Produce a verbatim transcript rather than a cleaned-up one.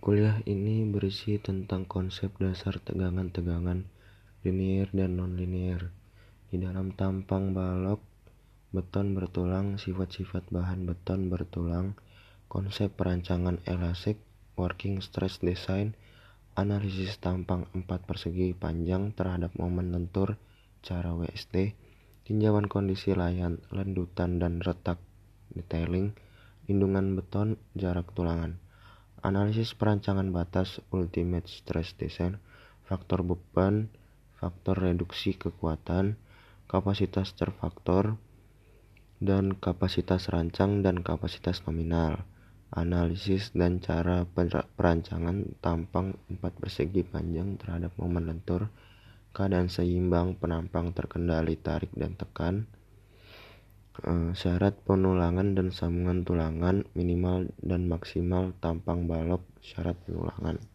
Kuliah ini berisi tentang konsep dasar tegangan-tegangan linier dan non-linier di dalam tampang balok beton bertulang, sifat-sifat bahan beton bertulang, konsep perancangan elastik, working stress design, analisis tampang empat persegi panjang terhadap momen lentur, cara W S D, tinjauan kondisi layan, lendutan dan retak, detailing, lindungan beton, jarak tulangan, analisis perancangan batas, ultimate stress design, faktor beban, faktor reduksi kekuatan, kapasitas terfaktor, dan kapasitas rancang dan kapasitas nominal, analisis dan cara perancangan tampang empat persegi panjang terhadap momen lentur, keadaan seimbang penampang terkendali tarik dan tekan, syarat penulangan dan sambungan tulangan, minimal dan maksimal tampang balok, syarat penulangan.